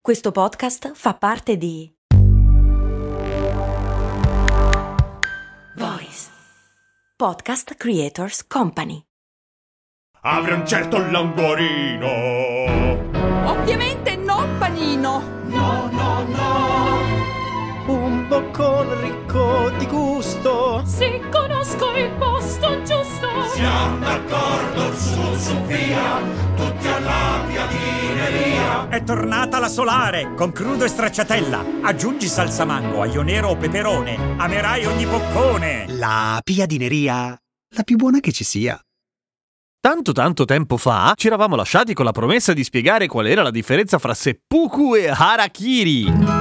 Questo podcast fa parte di Voice Podcast Creators Company. Apre un certo languorino. Ovviamente non panino. No, no, no. Un boccone ricco di gusto. Se conosco il posto giusto. Siamo d'accordo, su, via. Tutti alla piadineria. È tornata la Solare, con crudo e stracciatella. Aggiungi salsa mango, aglio nero o peperone. Amerai ogni boccone. La piadineria, la più buona che ci sia. Tanto tempo fa ci eravamo lasciati con la promessa di spiegare qual era la differenza fra seppuku e harakiri.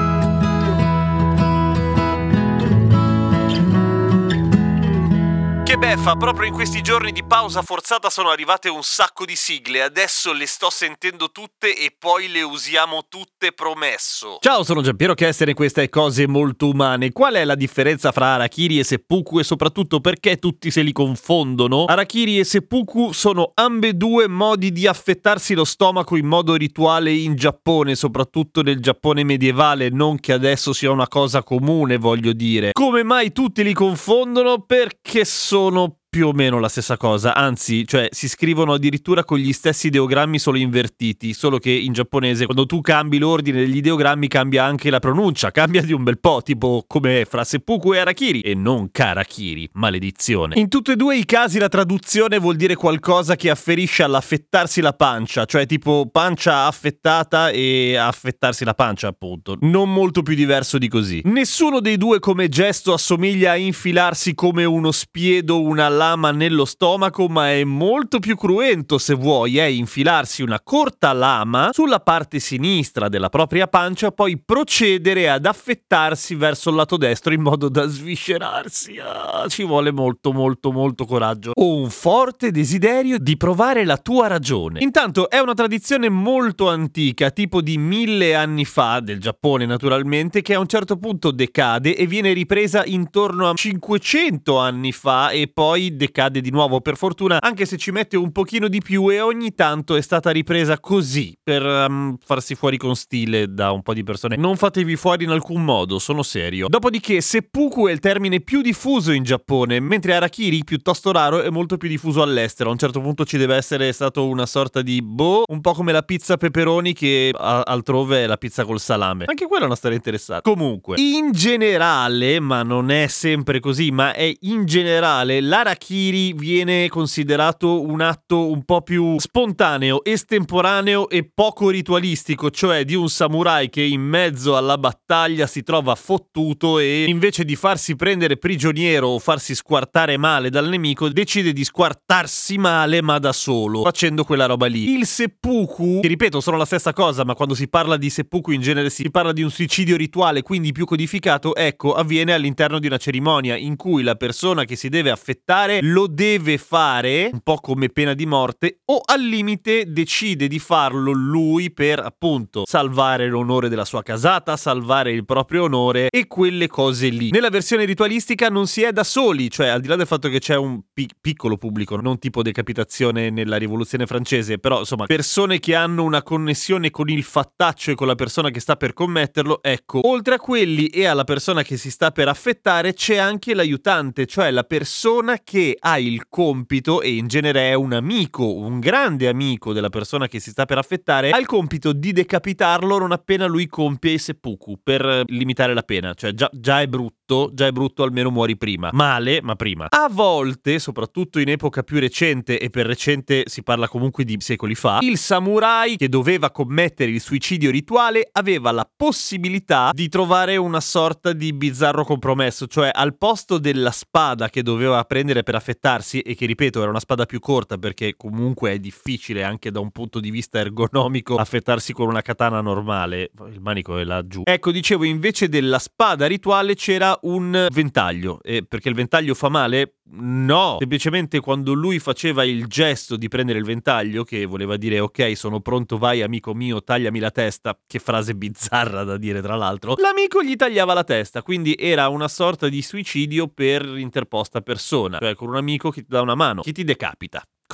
Che beffa, proprio in questi giorni di pausa forzata sono arrivate un sacco di sigle, adesso le sto sentendo tutte e poi le usiamo tutte, promesso. Ciao, sono Giampiero Kessler e questa è Cose Molto Umane. Qual è la differenza fra harakiri e seppuku e soprattutto perché tutti se li confondono? Harakiri e seppuku sono ambedue modi di affettarsi lo stomaco in modo rituale in Giappone, soprattutto nel Giappone medievale, non che adesso sia una cosa comune, voglio dire. Come mai tutti li confondono? Perché sono più o meno la stessa cosa, anzi, cioè si scrivono addirittura con gli stessi ideogrammi solo invertiti, solo che in giapponese quando tu cambi l'ordine degli ideogrammi cambia anche la pronuncia, cambia di un bel po', tipo come fra seppuku e harakiri e non karakiri, maledizione. In tutti e due i casi la traduzione vuol dire qualcosa che afferisce all'affettarsi la pancia, cioè tipo pancia affettata e affettarsi la pancia, appunto. Non molto più diverso di così. Nessuno dei due come gesto assomiglia a infilarsi come uno spiedo una lama nello stomaco, ma è molto più cruento, se vuoi, è infilarsi una corta lama sulla parte sinistra della propria pancia, poi procedere ad affettarsi verso il lato destro in modo da sviscerarsi. Ci vuole molto coraggio o un forte desiderio di provare la tua ragione. Intanto è una tradizione molto antica, tipo di 1000 anni fa, del Giappone naturalmente, che a un certo punto decade e viene ripresa intorno a 500 anni fa e poi decade di nuovo, per fortuna, anche se ci mette un pochino di più, e ogni tanto è stata ripresa così per farsi fuori con stile da un po' di persone. Non fatevi fuori in alcun modo, sono serio. Dopodiché seppuku è il termine più diffuso in Giappone, mentre harakiri, piuttosto raro, è molto più diffuso all'estero. A un certo punto ci deve essere stato una sorta di un po' come la pizza pepperoni che altrove è la pizza col salame. Anche quella è una storia interessante. Comunque, in generale, ma non è sempre così, ma è in generale, l'harakiri viene considerato un atto un po' più spontaneo, estemporaneo e poco ritualistico, cioè di un samurai che in mezzo alla battaglia si trova fottuto e invece di farsi prendere prigioniero o farsi squartare male dal nemico decide di squartarsi male ma da solo, facendo quella roba lì. Il seppuku, che ripeto sono la stessa cosa, ma quando si parla di seppuku in genere si parla di un suicidio rituale, quindi più codificato, ecco, avviene all'interno di una cerimonia in cui la persona che si deve affettare lo deve fare, un po' come pena di morte, o al limite decide di farlo lui per appunto salvare l'onore della sua casata, salvare il proprio onore e quelle cose lì. Nella versione ritualistica non si è da soli, cioè al di là del fatto che c'è un piccolo pubblico, non tipo decapitazione nella rivoluzione francese, però insomma persone che hanno una connessione con il fattaccio e con la persona che sta per commetterlo, ecco, oltre a quelli e alla persona che si sta per affettare c'è anche l'aiutante, cioè la persona che ha il compito, e in genere è un amico, un grande amico della persona che si sta per affettare, ha il compito di decapitarlo non appena lui compie il seppuku, per limitare la pena, cioè già è brutto, almeno muori prima. Male, ma prima. A volte, soprattutto in epoca più recente, e per recente si parla comunque di secoli fa, il samurai che doveva commettere il suicidio rituale aveva la possibilità di trovare una sorta di bizzarro compromesso, cioè al posto della spada che doveva prendere per affettarsi, e che ripeto era una spada più corta perché comunque è difficile anche da un punto di vista ergonomico affettarsi con una katana normale, il manico è laggiù. Ecco, dicevo, invece della spada rituale c'era un ventaglio, perché il ventaglio fa male? No, semplicemente quando lui faceva il gesto di prendere il ventaglio, che voleva dire ok sono pronto, vai amico mio, tagliami la testa, che frase bizzarra da dire tra l'altro, l'amico gli tagliava la testa, quindi era una sorta di suicidio per interposta persona, cioè con un amico che ti dà una mano, chi ti decapita, così.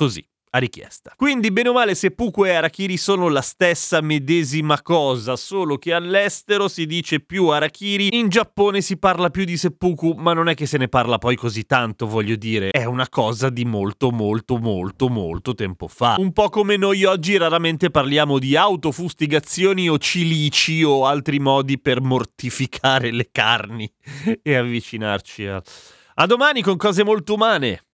a richiesta. Quindi bene o male seppuku e harakiri sono la stessa medesima cosa, solo che all'estero si dice più harakiri, in Giappone si parla più di seppuku, ma non è che se ne parla poi così tanto, voglio dire, è una cosa di molto tempo fa. Un po' come noi oggi raramente parliamo di autofustigazioni o cilici o altri modi per mortificare le carni e avvicinarci a domani con cose molto umane.